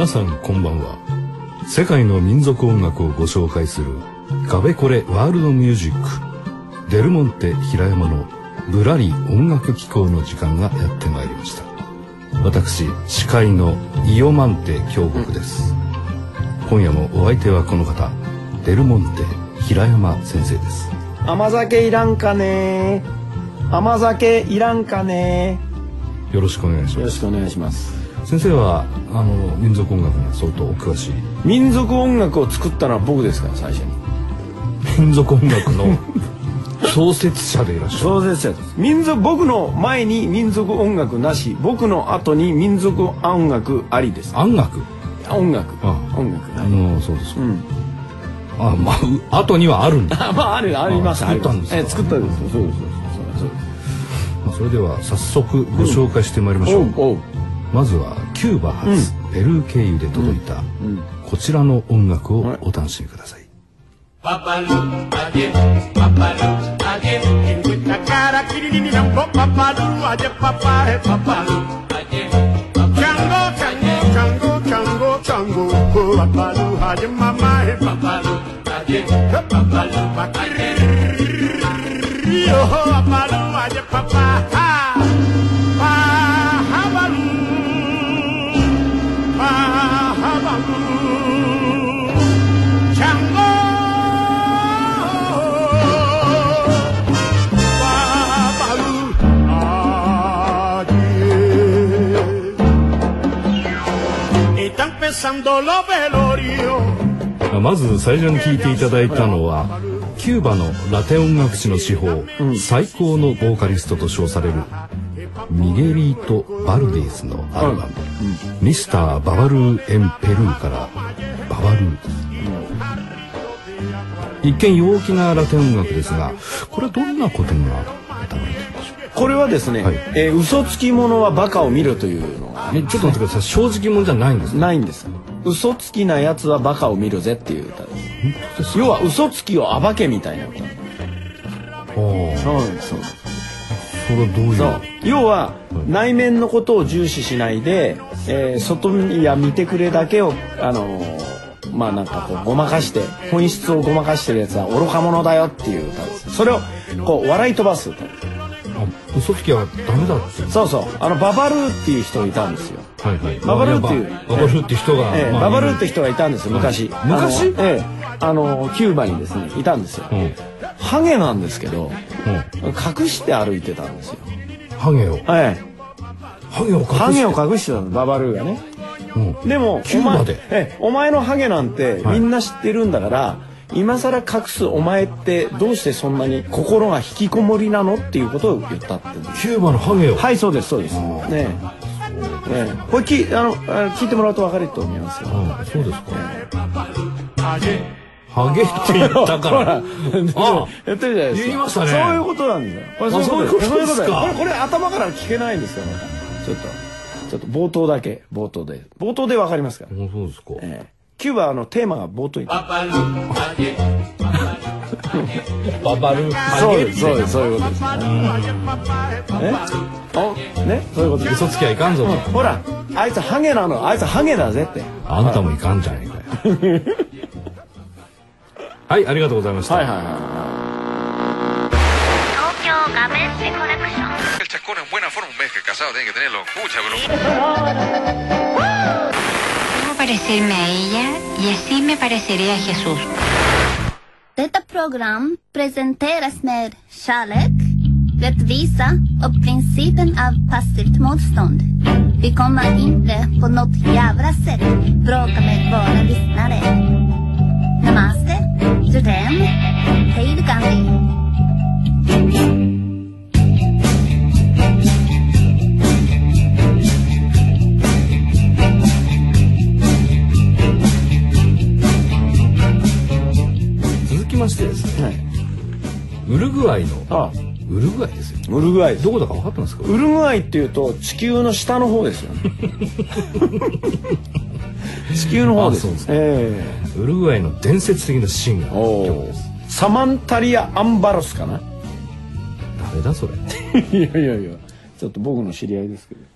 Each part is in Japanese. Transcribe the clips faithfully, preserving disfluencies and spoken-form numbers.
皆さんこんばんは。世界の民族音楽をご紹介するカベコレワールドミュージック、デルモンテ平山のぶらり音楽機構の時間がやってまいりました。私司会のイオマンテ京極です。今夜もお相手はこの方、デルモンテ平山先生です。 甘酒いらんかね。甘酒いらんかね。 よろしくお願いします。 よろしくお願いします。 先生はあの民族音楽に相当お詳しい。 民族音楽を作ったのは僕ですから、最初に。 民族音楽の創設者でいらっしゃる。 創設者です。民族、僕の前に民族音楽なし、僕の後に民族音楽ありです。 音楽。 音楽。 ああ、 音楽。 あのそうですか。 うん。 あ、まあ後にはあるんだ。 まああるあります。 作ったんですか。 え作ったんです。そうですそうですそうです。 それでは早速ご紹介してまいりましょう。 うん、おうおう。 まずはキューバ発、うん、ペルー経由で届いた、うんうん、こちらの音楽をお楽しみください。パパルアゲパパルアゲキングタカラキリリリランボパパルアゲパパヘパパルアゲチャンゴチャンゴチャンゴチャンゴチャンゴパパルアゲママヘパパルアゲパパルアゲヨパパルアゲパパハパハバルパハバルチャンゴまず最初に聴いていただいたのはキューバのラテン音楽史の至宝、うん、最高のボーカリストと称されるミゲリート・バルディスのアルバム、うん、ミスター・ババルー・エン・ペルーからババルーです、うん、一見陽気なラテン音楽ですが、これはどんなことが歌われているんでしょう。 これはですね、はい、えー、嘘つき者はバカを見ろというのが、 ね、ちょっと待ってください。正直者じゃないんです、ね、 ないんです。嘘つきなやつはバカを見るぜっていう歌です。要は嘘つきを暴けみたいな歌。そうです。そうです。 それはどういう。そう。 要は内面のことを重視しないで、えー、外見や見てくれだけをあのー、まあなんかこうごまかして本質をごまかしてるやつは愚か者だよっていう歌です。それをこう笑い飛ばす歌です。 嘘つきはダメだって。 そうそう。あのババルーっていう人いたんですよ。 はいはい。 ババルーっていう、 ババルーって人が、 ええ、ババルーって人がいたんですよ昔。 昔？ ええ、あのキューバにですねいたんですよ。うん、ハゲなんですけど、うん、隠して歩いてたんですよ。 ハゲを。 ええ。 ハゲを隠して。 ハゲを隠してたのババルーがね。うん、でもキューバで、 ええ、お前のハゲなんてみんな知ってるんだから。はい、今更隠すお前ってどうしてそんなに心が引きこもりなのっていうことを言ったって。 キューバのハゲを。 はい、そうですそうです。ねえ、ねえ、これきあの聞いてもらうと分かると思いますよ。 ああ、そうですか。ハゲハゲって言ったから。ああ、 やってるじゃないですか。 言いましたね。 そういうことなんですよ。これそういうことですか。これこれ頭から聞けないんですよ。ちょっとちょっと冒頭だけ冒頭で冒頭で分かりますから。 そうですか。 ええ、キューバのテーマが冒頭に。ババルハゲ。ババルハゲ。そうですそういうことですね。え？おね、そういうこと。 嘘つきはいかんぞと。 ほら、あいつハゲなの、あいつハゲだぜって。 あんたもいかんじゃねえかよ。はい、ありがとうございました。はいはいはい。 東京画面セコレクション。El chascón en buena forma, un mes que casado tiene que tenerlo. Escucha, bro. Parecerme a ella y así me pareceré a Jesús. Detta program presenteras med kärlek, rättvisa och principen av passivt motstånd. Vi kommer inte på något jävla sätt bråka med våra lyssnare. Namaste, Jodem, hej Gandhi. ウルグアイの、ああ、ウルグアイですよ。 ウルグアイどこだか分かってますか。 ウルグアイっていうと地球の下の方ですよね。地球の方です。 です、えー、ウルグアイの伝説的なシンガーです。 サマンタリア・アンバロスかな。 誰だそれ。 いやいやいや、ち人って僕の知り合いですけど。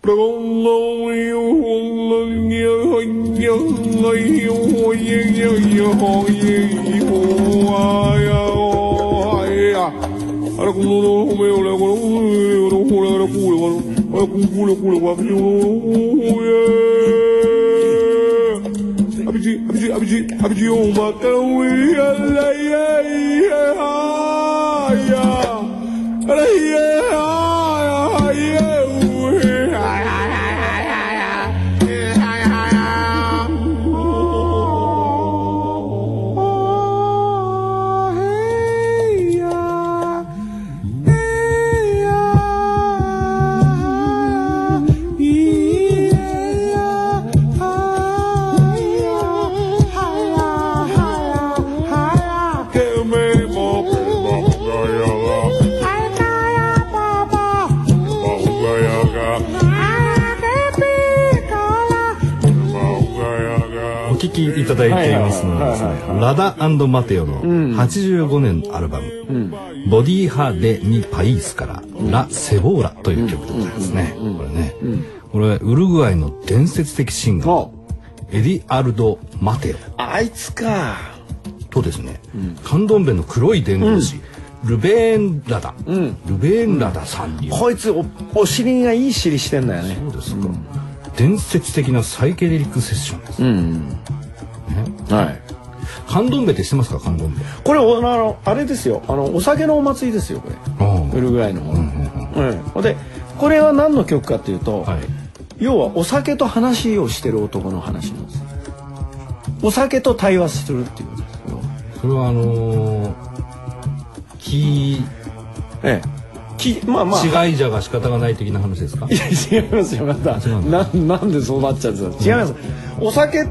お聴きいただいていますのはですね、ラダ&マテオのはちじゅうごねんのアルバム、うん、ボディハデミパイースから、うん、ラ・セボーラという曲でございますね。これね、うん、これウルグアイの伝説的シンガー、エディアルド・マテオ。 あいつか。 とですね、うん、カンドンベの黒い伝道師、うん、ルベーン・ラダ、うん、ルベーン・ラダさんに、 こいつ お, お尻がいい尻してんだよね。 そうですか、うん、伝説的なサイケデリックセッションです、うんね、はい。カンドンベって知ってますか？カンドンベ、 これあのあれですよ、あのお酒のお祭りですよこれ、ウルグアイの方、うんうんうん、でこれは何の曲かっていうと、はい、要はお酒と話をしてる男の話なんです。お酒と対話するっていうことですよ。 それはあのー、気、 ええ、気、まあまあ違いじゃが仕方がない的な話ですか？いや違いますよ。またななんでそうなっちゃうんですか？違います。お酒って、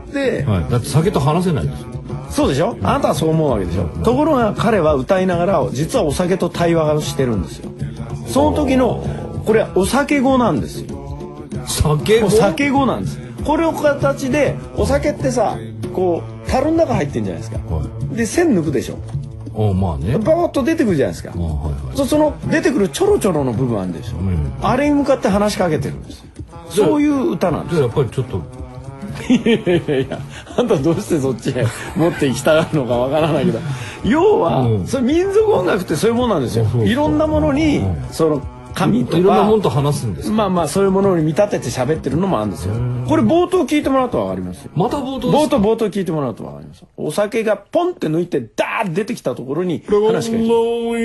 はい、だって酒と話せないですよ。 そうでしょ、うん、あなたはそう思うわけでしょ、うん、ところが彼は歌いながら実はお酒と対話をしてるんですよ。その時のこれはお酒語なんですよ。 酒語？ お酒語なんです。これを形でお酒ってさ、こう樽の中入ってんじゃないですか、はい、で線抜くでしょ。 おまあね、 バーッと出てくるじゃないですか、はいはい、そ, その出てくるちょろちょろの部分あるでしょ、うん、あれに向かって話しかけてるんですよ。そういう歌なんですよ。 やっぱりちょっといやいやいや、あんたどうしてそっちへ持っていきたがるのかわからないけど、要は、うん、それ民族音楽ってそういうものなんですよ。いろんなものに、うん、その神とかいろんなものと話すんです。 まあまあそういうものに見立てて喋ってるのもあるんですよ。これ冒頭聞いてもらうとわかりますよ。 また冒頭冒頭冒頭聞いてもらうとわかります。お酒がポンって抜いてダーッ出てきたところに話しかけて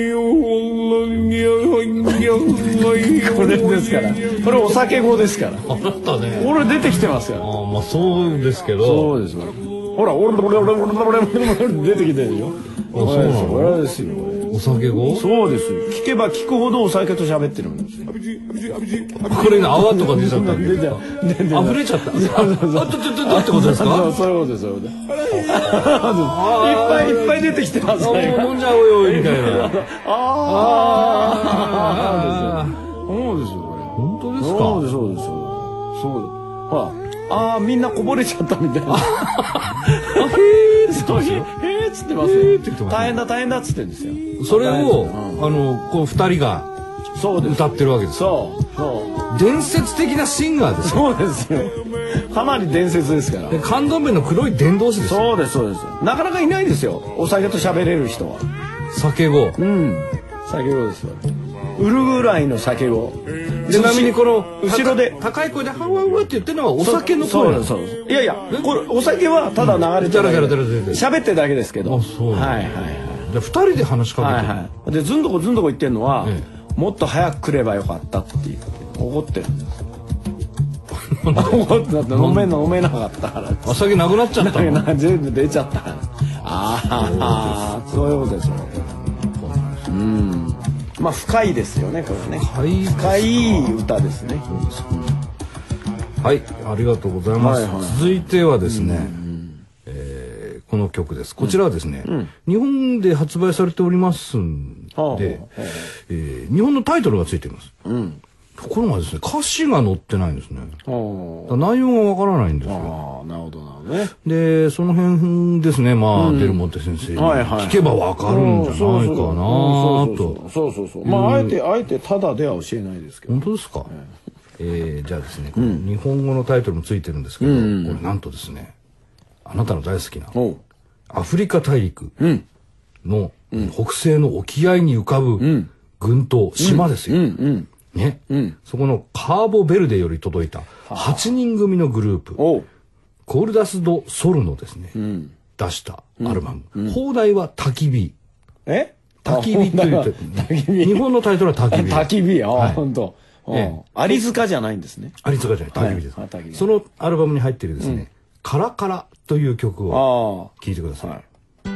これですから、これお酒語ですから。 あなたね、 俺出てきてますよ。 あまあそうですけど、 そうですよ。ほら俺俺俺俺俺俺出てきてるよ。 あそうなの？ これですよ。 お酒語？ そうです。聞けば聞くほどお酒と喋ってるんですよ。 これね、泡とか出ちゃったんで。溢れちゃった。あ、ちょちょちょってことですか？ そういうことです。そういうことです。いっぱいいっぱい出てきてます。 もう飲んじゃおうよみたいな。 ああ。そうですよ。 本当ですか？ そうですそうです。そう。ほら。ああみんなこぼれちゃったみたいな。あへえそうへえっつってますよ。大変だ大変だっつってんですよ。 それをあのこう二人が歌ってるわけですよ。そう伝説的なシンガーですよ。そうですよ。かなり伝説ですから。 でカンドンベの黒い伝道師ですよ。 そうですそうです。なかなかいないですよ。お酒と喋れる人は。 酒語。 うん。酒語ですよ。ウルグアイの酒語。 ちなみにこの後ろで高い声でハワワって言ってるのはお酒の声。 そうそうそう。いやいや、これお酒はただ流れてるだけ。喋ってるだけですけど。 あ、そう。 はいはいはい。 じゃ二人で話しかけてる。 はいはい。でずんどこずんどこ言ってるのは、もっと早く来ればよかったっていう怒ってるんです。怒ってだって飲め飲めなかったから。 お酒なくなっちゃったの。 全部出ちゃったから。ああ、そういうことですよ。うん。まあ深いですよねこれね。深い歌ですね。 はい、ありがとうございます。続いてはですね、えー、この曲です。こちらはですね、うん、日本で発売されておりますんで、うん、えー、日本のタイトルがついています。うん、 ところがですね、歌詞が載ってないんですね。内容がわからないんですよ。 ああ、なるほどなるほどね。 で、その辺ですね、まあ、デルモンテ先生に聞けばわかるんじゃないかなと。 そうそうそう。まあ、あえて、あえてただでは教えないですけど。 本当ですか。えー、じゃあですね、この日本語のタイトルもついてるんですけど、これなんとですね、あなたの大好きなアフリカ大陸の北西の沖合に浮かぶ群島、島ですよ。ね、そこのカーボベルデより届いたはちにん組のグループ、コールダス・ド・ソルのですね、出したアルバム。放題は焚き火。 え焚き火という日本のタイトルは焚き火。 焚き火、ああ、ほんと。アリ塚じゃないんですね。 アリ塚じゃない、焚き火です。そのアルバムに入っているですね、カラカラという曲を聴いてください。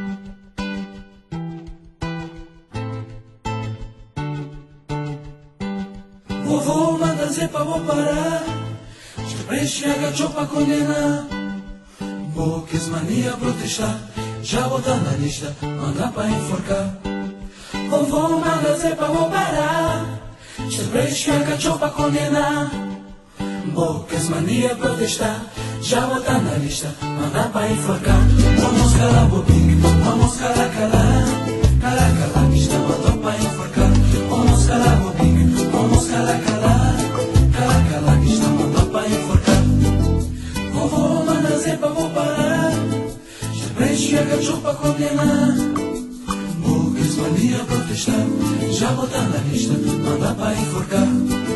Vovô manda dizer pra vou parar, pra enxergar tchau pra condenar. Boques mania protestar, já botar na lista, mandar pra enforcar. Vovô manda dizer pra vou parar, pra enxergar tchau pra condenar. Boques mania protestar, já botar na lista, mandar pra enforcar. Vamos calar bobinho, vamos calar calar, calar calar, que está mandando pra enforcar. Vamos calar bobinho. Vamos calar, calar, calar, calar, que está mandando pra enforcar. Vovô manda dizer pra vou parar, já preenche a cachorro pra condenar. Boques mania protestar, já botar na lista, manda pra enforcar.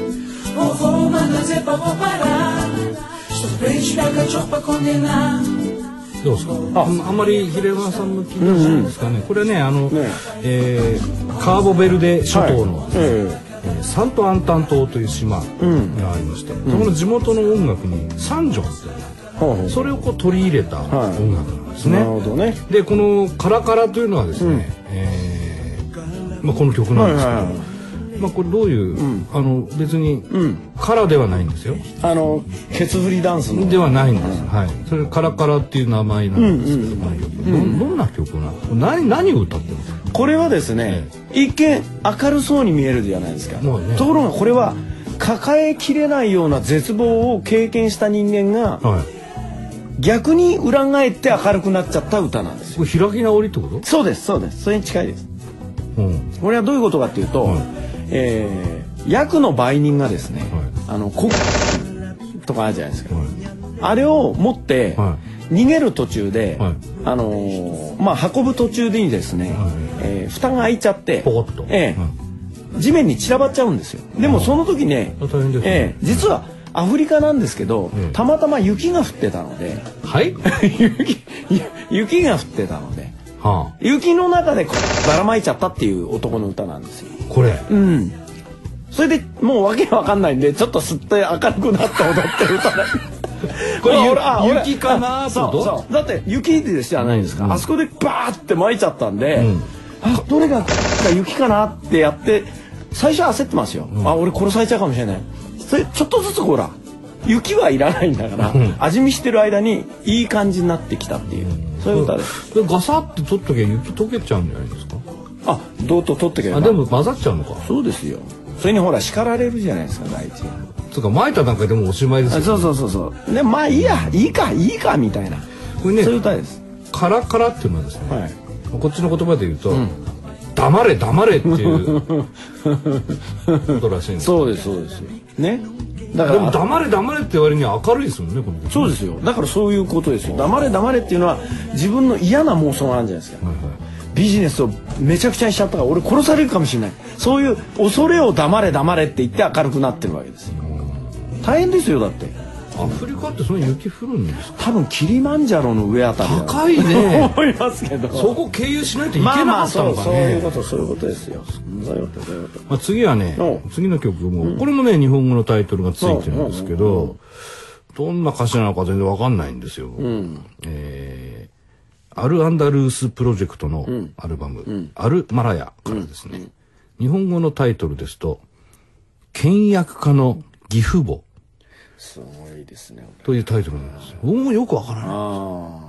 Vovô manda dizer pra vou parar, já preenche a cachorro pra condenar. どうですか。あ、あんまり平山さんも聞いてないですかね。これね、あの、えー、カーボベルデ諸島の、サントアンタン島という島がありまして、その地元の音楽にサンジョンっていう、それをこう取り入れた音楽なんですね。なるほどね。で、このカラカラというのはですね、えー、まあこの曲なんですけど。まあこれどういう、うん、あの別に、うん、カラではないんですよ。 あのケツ振りダンスのではないんです。うん、はい。それカラカラっていう名前なんですけど、どんな曲なの？何何を歌ってるんですか？ これはですね、ええ、一見明るそうに見えるじゃないですか。ね、ところがこれは抱えきれないような絶望を経験した人間が、はい、逆に裏返って明るくなっちゃった歌なんですよ。 これ開き直りってこと？ そうですそうです。それに近いです。うん、これはどういうことかっていうと。はい、えー、役の売人がですね、はい、あのコとかあるじゃないですか、はい、あれを持って、はい、逃げる途中で、はい、あのー、まあ運ぶ途中でにですね、はい、えー、蓋が開いちゃって、えーはい、地面に散らばっちゃうんですよ。でもその時ね、ね、えー、実はアフリカなんですけど、うん、たまたま雪が降ってたので、 はい雪, 雪が降ってたので、はあ、雪の中でばらまいちゃったっていう男の歌なんですよ。 これ、 うん、それでもうわけわかんないんでちょっと吸って明るくなって踊ってる歌だこれ雪かな。 そうそうだって雪でじゃないですか、うん、あそこでバーって撒いちゃったんで、うん、あどれが雪かなってやって最初は焦ってますよ、うん、あ俺殺されちゃうかもしれない。それちょっとずつほら雪はいらないんだから、うん、味見してる間にいい感じになってきたっていう、うん、そういう歌です。 でガサって取っときゃ雪溶けちゃうんじゃないですか。 あ、どうと取ってけば。 あ、でも混ざっちゃうのか。 そうですよ。それにほら叱られるじゃないですか第一。 つうか撒いた段階でもおしまいですよ、ね。 そうそうそうそう。でまあいいや、いいかいいかみたいな。これね、そういう歌です。 カラカラっていうのはですね、はい、こっちの言葉で言うと、うん、黙れ黙れっていうことらしいんです。 そうですそうですね。 だからでも黙れ黙れって割には明るいですもんねこの曲。 そうですよ。だからそういうことですよ。黙れ黙れっていうのは自分の嫌な妄想があるんじゃないですか。はいはい、ビジネスをめちゃくちゃにしちゃったから俺殺されるかもしれない。そういう恐れを黙れ黙れって言って明るくなってるわけですよ。大変ですよだって。 アフリカってその雪降るんですか。 多分キリマンジャロの上あたり高いね思いますけど、 そこ経由しないといけなかったのかね。まあまあそう、そういうことそういうことですよ。そういうことそういうこと。 まあ次はね、次の曲も、うん、これもね日本語のタイトルがついてるんですけど、どんな歌詞なのか全然わかんないんですよ。うん、えー、アル・アンダルースプロジェクトのアルバム、うん、アル・マラヤからですね、うんうん、日本語のタイトルですと倹約家の義父母、 すごいですねというタイトルなんですよ。僕もよくわからない。あ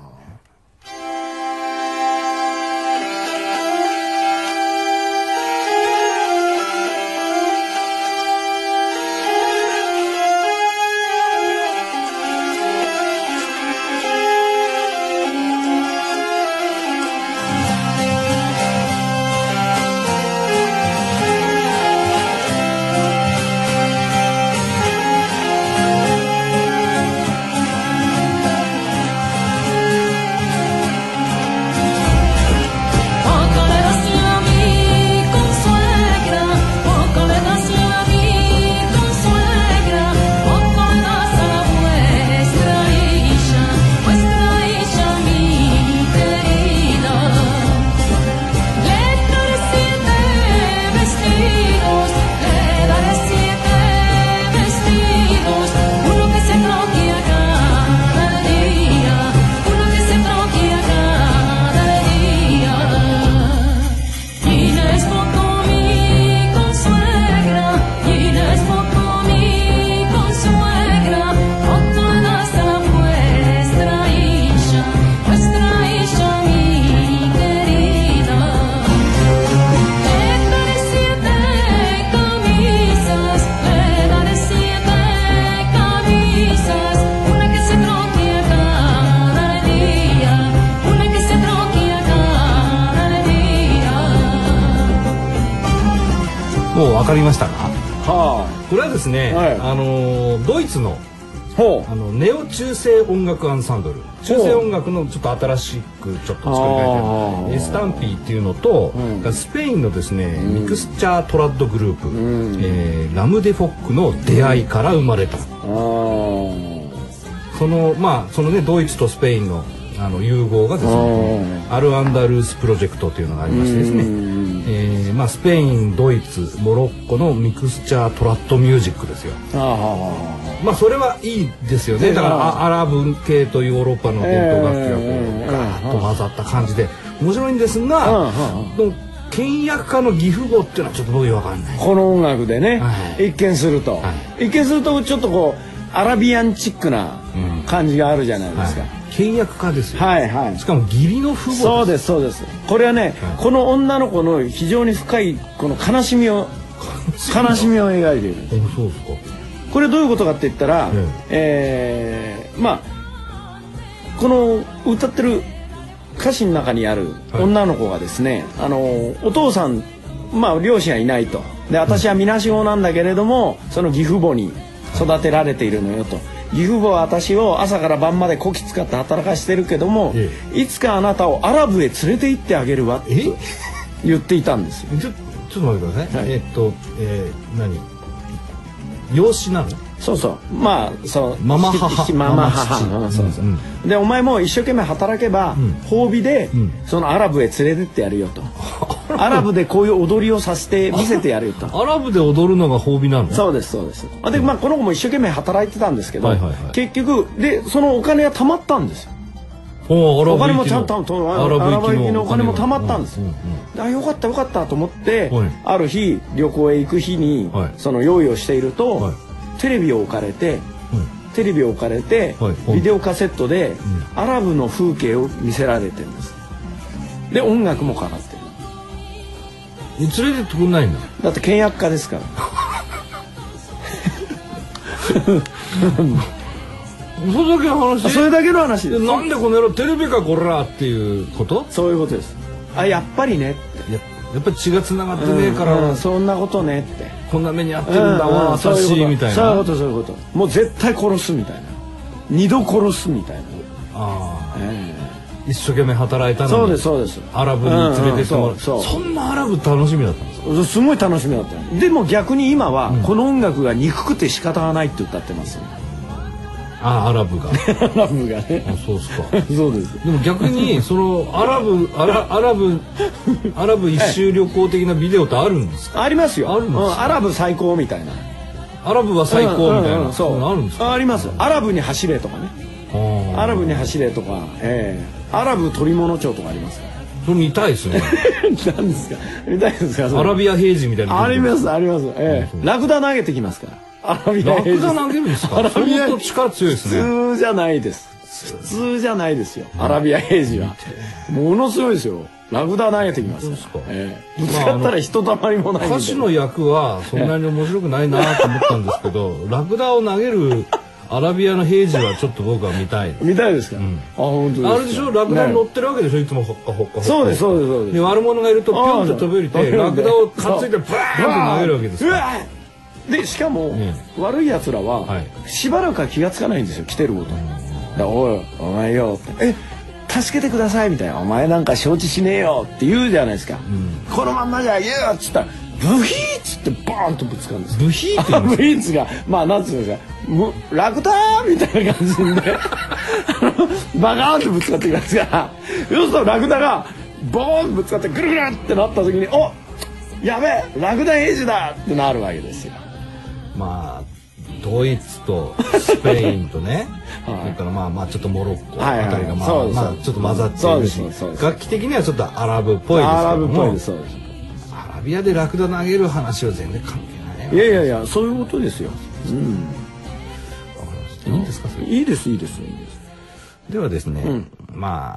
もう分かりましたか？ はこれはですね、 はいあのードイツのあ。ほう。 あのネオ中世音楽アンサンブル、中世音楽のちょっと新しくちょっと作り変えてエスタンピーっていうのと、 うんスペインのですね、ミクスチャートラッドグループ、 んえーラムデフォックの出会いから生まれた、 ああ。 そのまあそのねドイツとスペインのあの融合がですね、アルアンダルースプロジェクトというのがありましてですね、えーまあ、スペインドイツモロッコのミクスチャートラッドミュージックですよ。まあそれはいいですよね。だからあアラブ系とヨーロッパの伝統楽器がこうガーッと混ざった感じで面白いんですが、でも倹約家の義父母っていうのはちょっと僕わかんない。 この音楽でね、 はい、 一見すると、 は一見するとちょっとこうアラビアンチックな感じがあるじゃないですか。 はい、倹約家ですよ。 はいはい。 しかも義理の父母です。 そうですそうです。これはね、はい、この女の子の非常に深いこの悲しみを悲しみを描いている。 そうですか。 これどういうことかって言ったら、 えええー、まあこの歌ってる歌詞の中にある女の子がですね、はい、あのお父さんまあ両親はいないと。で私はみなしごなんだけれども、その義父母に育てられているのよと。義父母は私を朝から晩までこき使って働かしてるけども、ええ、いつかあなたをアラブへ連れて行ってあげるわって言っていたんですよ。 ちょ、ちょっと待ってください。はい、えっと、えー、何養子なの？ そうそう。まあそうママ母ママ母。そうそう。うんうん、でお前も一生懸命働けば、うん、褒美で、うん、そのアラブへ連れてってやるよと。アラブでこういう踊りをさせて見せてやるよと。 アラブで踊るのが褒美なの？ そうですそうです。でまあこの子も一生懸命働いてたんですけど、はいはいはい、結局でそのお金は貯まったんですよ。お金もちゃんとアラブ行きのお金も貯まったんですよ。あよかったよかったと思って、はい、ある日旅行へ行く日に、はい、その用意をしていると、はい、テレビを置かれて、はい、テレビを置かれて、はい、ビデオカセットで、うん、アラブの風景を見せられてるんです。で音楽もかかってる。 連れてってくんないんだ。 だって倹約家ですから。 それだけの話。 それだけの話です。 なんでこの野郎テレビかこらっていうこと？ そういうことです。あやっぱりねって。 や, やっぱり血が繋がってねえから、 うんうん、そんなことねって。 こんな目に遭ってるんだわ、私、うんうん、みたいな。 そういうことそういうこと。もう絶対殺すみたいな。二度殺すみたいな。 ああ。えー一生懸命働いたのにそうですそうですアラブに連れてってもらう、うんうん、そ, そんなアラブ楽しみだったんですか？ すごい楽しみだったでも逆に今はこの音楽が憎くて仕方がないって歌ってますよ、ね、 あアラブがアラブがねあそうですかそうですでも逆にそのアラブアラアラブアラブ一周旅行的なビデオってあるんですか？ ありますよ。 あるんですか、 うん、アラブ最高みたいなアラブは最高みたいな、うんうんうん、そうあるんですか？ あります。アラブに走れとかねアラブに走れとか、えー、アラブ取り物帳とかありますから。 それ見たいですね。 何ですか？見たいですか？ アラビア平時みたいな。 ありますあります。ええー、ラクダ投げてきますから。アラビア平時。 ラクダ投げるんですか？それも力強いですね。 普通じゃないです。普通じゃないですよ。アラビア平時はものすごいですよ。ラクダ投げてきますから。ええー、ぶつかったらひとたまりもない。 歌手の役はそんなに面白くないなと思ったんですけど、ラクダを投げる。アラビアの平時はちょっと僕は見たい。 見たいですか？うん、あ本当ですか？ あれでしょラクダに乗ってるわけでしょいつもほっかほっかほっか。 そうですそうですそうです。 で悪者がいるとピョンと飛び降りてラクダを担いでバーンと投げるわけですから。 でしかも、うん、悪い奴らは、はい、しばらくは気がつかないんですよ来てることに。だおいお前よってえ助けてくださいみたいなお前なんか承知しねえよって言うじゃないですか。うん、このまんまじゃ言うよっつったら。ブヒーっつってバーンとぶつかるんです。 ブヒーってブヒーツがまあなんつうんですかラクダーみたいな感じでバカーンとぶつかってきますからそうするとラクダがボーンとぶつかってぐるぐるってなった時におやべえラクダ平時だってなるわけですよ。 まあドイツとスペインとねはい、それからまあまあちょっとモロッコあたりがまあまあちょっと混ざっているし楽器的にはちょっとアラブっぽいですけどもアラブっぽいですそうです。アラビアでラクダ投げる話は全然関係ない。 いやいやいやそういうことですよ。うん。 いいんですかそれ？ いいですいいですいいです。 ではですね、うん、まあ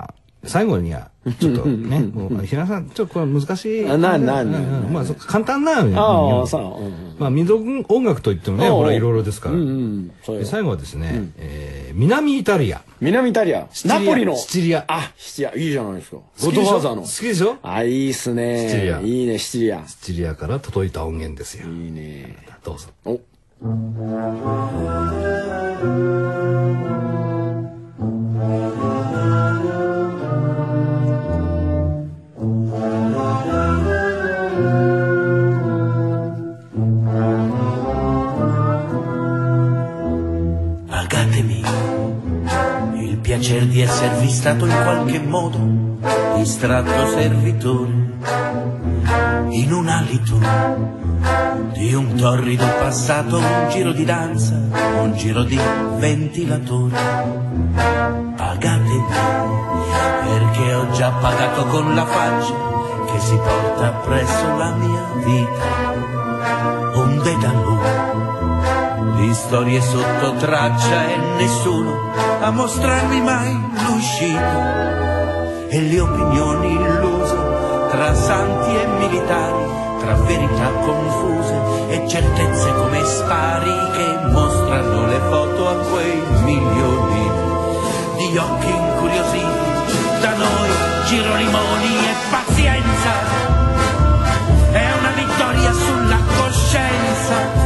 最後にはちょっとね、もう平野さんちょっとこれ難しい。 あ、ななな。 まあ簡単な。 ああ、そう。 まあ民族音楽といってもね、ほらいろいろですから。最後はですね、南イタリア。 南イタリア。ナポリの。 シチリア。 あ、シチリアいいじゃないですか。ゴッドファーザーの。 好きでしょ？ あ、いいっすね。シチリア。いいね、シチリア。 シチリアから届いた音源ですよ。 いいね。 どうぞ。 お。 Pagatemi il piacer di esservi stato in qualche modo distratto servitore in un alito di un torrido passato, un giro di danza, un giro di ventilatore. Pagatemi perché ho già pagato con la faccia che si porta appresso la mia vita. Un dedalone di storie sotto traccia e nessuno a mostrarmi mai l'uscita e le opinioni illuse tra santi e militari, tra verità confuse e certezze come spari che mostrano le foto a quei milioni di occhi incuriositi. Da noi giro limoni e pazienza, è una vittoria sulla coscienza.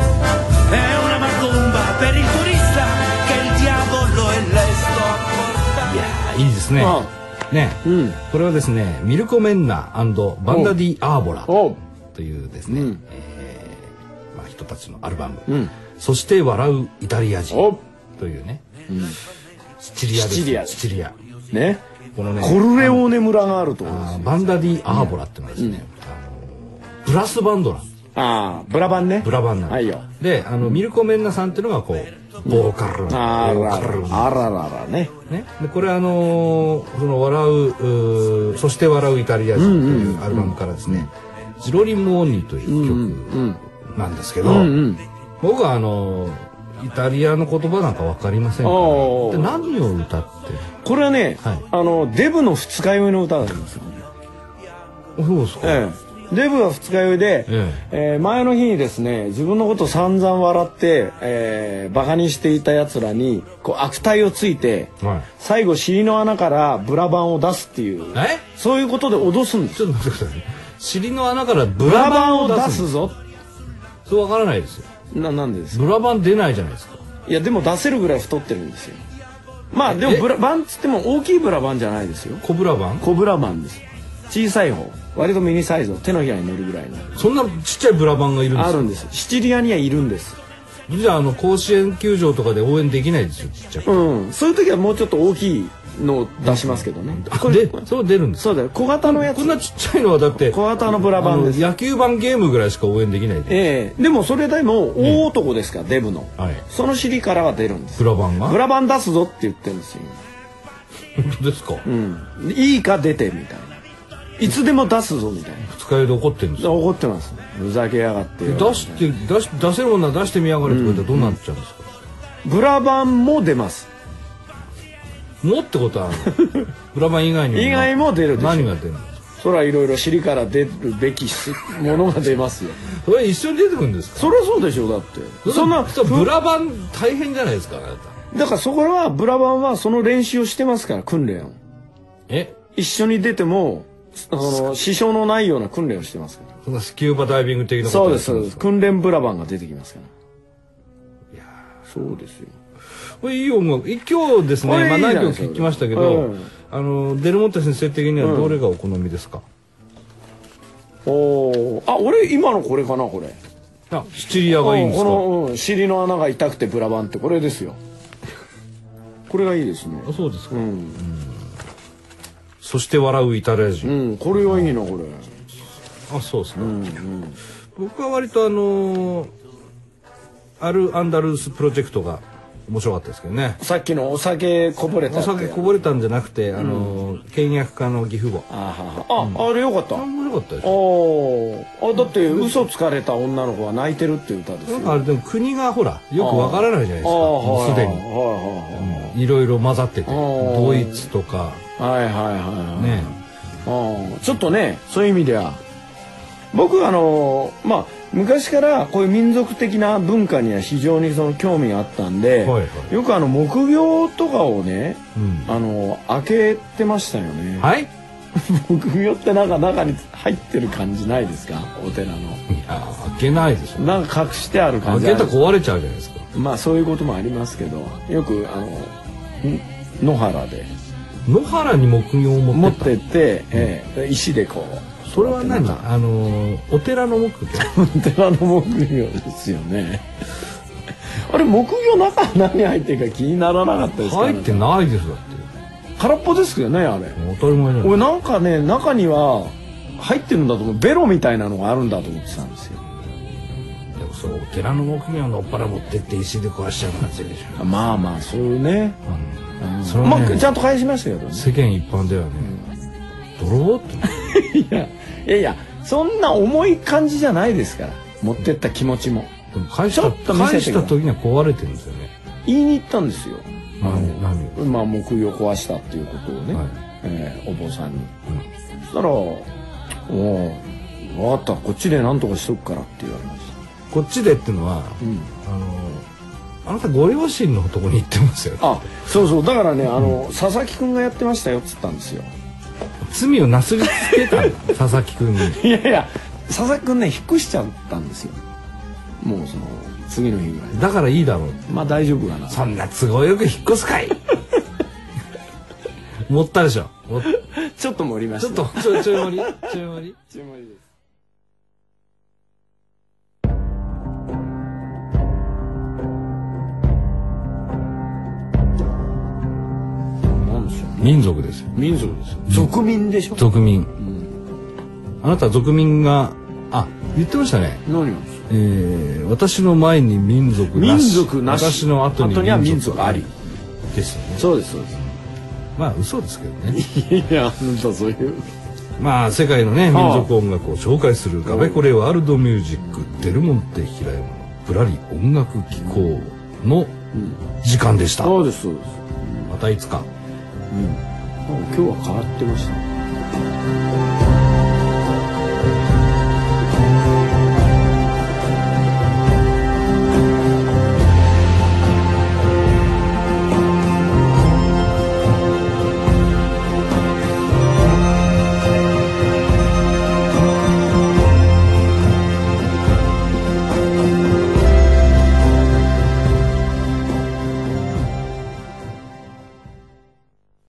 È una macumba per il turista che il diavolo è lesto a portare. いやー、いいですね。ね、これはですね、ミルコメンナ&バンダディ・アーボラというですね、まあ人たちのアルバム。そして笑うイタリア人というね、シチリアです。シチリア。シチリア。 ね。このね、コルレオーネ村があると。 バンダディ・アーボラっていうのはですね、ブラスバンドラ。 ああ、ブラバンね。 ブラバンなんで、あのミルコメンナさんっていうのがこうボーカル。 あらあらららね。 ね。でこれあのその笑うそして笑うイタリア人というアルバムからですね、ジロリモーニという曲なんですけど、僕はあのイタリアの言葉なんかわかりませんから。で何を歌って？ これはね、あのデブの二日酔いの歌なんですよ。 そうですか。 デブは二日酔いで、えー、前の日にですね自分のこと散々笑って、えー、バカにしていたやつらにこう悪態をついて、はい、最後尻の穴からブラバンを出すっていうそういうことで脅すんです。 ちょっと待ってください。尻の穴からブラバンを出すぞ。そうわからないですよ。 な、なんでですか。 ブラバン出ないじゃないですか。 いやでも出せるぐらい太ってるんですよ。まあでもブラバンつっても大きいブラバンじゃないですよ。 小ブラバン？ 小ブラバンです。小さい方。割とミニサイズを手のひらに乗るぐらいの。 そんなちっちゃいブラバンがいるんですか？ あるんです。シチリアにはいるんです。 じゃああの甲子園球場とかで応援できないですよ。ちっちゃく。 うん。そういう時はもうちょっと大きいのを出しますけどね。 あ、で、そう出るんです。 そうだよ。小型のやつ。 こんなちっちゃいのはだって小型のブラバンです。 野球盤ゲームぐらいしか応援できない。 ええ。でもそれでも大男ですから、デブの。はい。その尻からは出るんです。 ブラバンが？ ブラバン出すぞって言ってるんですよ。 本当ですか？ うん。いいか出てみたいな。いつでも出すぞみたいな。 二日酔いで怒ってるんですか？ 怒ってます。ふざけやがって。 出して出し出せるものは出してみやがれって言ったらどうなっちゃうんですか？ ブラバンも出ます。 もってことはブラバン以外にも以外も出るでしょ。 何が出るの？ それはいろいろ尻から出るべきものが出ますよ。 それ一緒に出てくるんですか？ そりゃそうでしょう。だってそんなブラバン大変じゃないですか。あなただからそこはブラバンはその練習をしてますから訓練を。 え？一緒に出てもあの支障のないような訓練をしてますから。 そんなスキューバダイビング的なことそうですそうです。訓練ブラバンが出てきますから。いやそうですよ。 これいい音楽。今日ですね、まあ何曲聴きましたけど、あのデルモンテ先生的にはどれがお好みですか？ おお、あ、俺今のこれかなこれ。 あ、シチリアがいいんですか？ この尻の穴が痛くてブラバンってこれですよ。これがいいですね。 あ、そうですか。うん。そして笑うイタリア人。 うん、これはいいなこれ。 あ、そうですか。僕は割とあのアルアンダルースプロジェクトが面白かったですけどね。 さっきのお酒こぼれたお酒こぼれたんじゃなくて、あの倹約家の義父母。 ああ、あれよかった。 面白かったです。 ああ、だって嘘つかれた女の子は泣いてるっていう歌ですよ。 なんかあれでも国がほらよくわからないじゃないですか。もうすでにいろいろ混ざってて、ドイツとか。 はいはいはいね。 ああ、ちょっとね、そういう意味では僕あのまあ昔からこういう民族的な文化には非常にその興味があったんで、はいはい、よくあの木魚とかをね、うん、あの開けてましたよね。 はい。 木魚ってなんか中に入ってる感じないですか、お寺の。いや開けないでしょ。 なんか隠してある感じ。 開けたら壊れちゃうじゃないですか。 まあそういうこともありますけど、よくあの野原で野原に木魚を持ってってって、ええ、石でこう。 それは何？あのお寺の木魚。 お寺の木魚ですよね。あれ木魚中何入ってるか気にならなかったですか？ 入ってないですだって。 空っぽですよねあれ。 当たり前じゃない。 俺なんかね中には入ってるんだと思う、ベロみたいなのがあるんだと思ってたんですよ。 でもそうお寺の木魚のっぱら持ってって石で壊しちゃう感じでしょ。 まあまあそういうね。 うん、 それはね、まあちゃんと返しましたけどね。 世間一般ではね、うん、泥って。 いや。いやいやそんな重い感じじゃないですから持ってった気持ちも。 でも返した返した時には壊れてるんですよね。 言いに行ったんですよ。 何何をまあ木魚壊したっていうことをね、はい、えー、お坊さんに、うん、そしたら「おお分かったこっちで何とかしとくから」って言われました。 こっちでっていうのは、うん、あのあなたご両親のとこに行ってますよ。 あそうそうだからねあの、うん、佐々木くんがやってましたよっつったんですよ。 罪をなすりつけた佐々木くんに。 いやいや佐々木くんね引っ越しちゃったんですよ。もうその次の日ぐらい。 だからいいだろう。 まあ大丈夫かな。 そんな都合よく引っ越すかい。盛ったでしょ。 ちょっと盛りました。 ちょっとちょちょい盛りちょい盛りちょい盛りです。 民族ですよ。 民族ですよ。族民でしょ。 族民。うん、あなたは族民があ言ってましたね。 何を？ えー、私の前に民族なし。 民族なし。 私の後には民族あり。 ですよね。 そうですそうです。 まあ嘘ですけどね。 いや本当そういう。 まあ世界のね民族音楽を紹介するガベコレワールドミュージックデルモンテ平山のぶらり音楽機構の時間でした。 そうですそうです。 またいつか。 うん、今日は変わってました。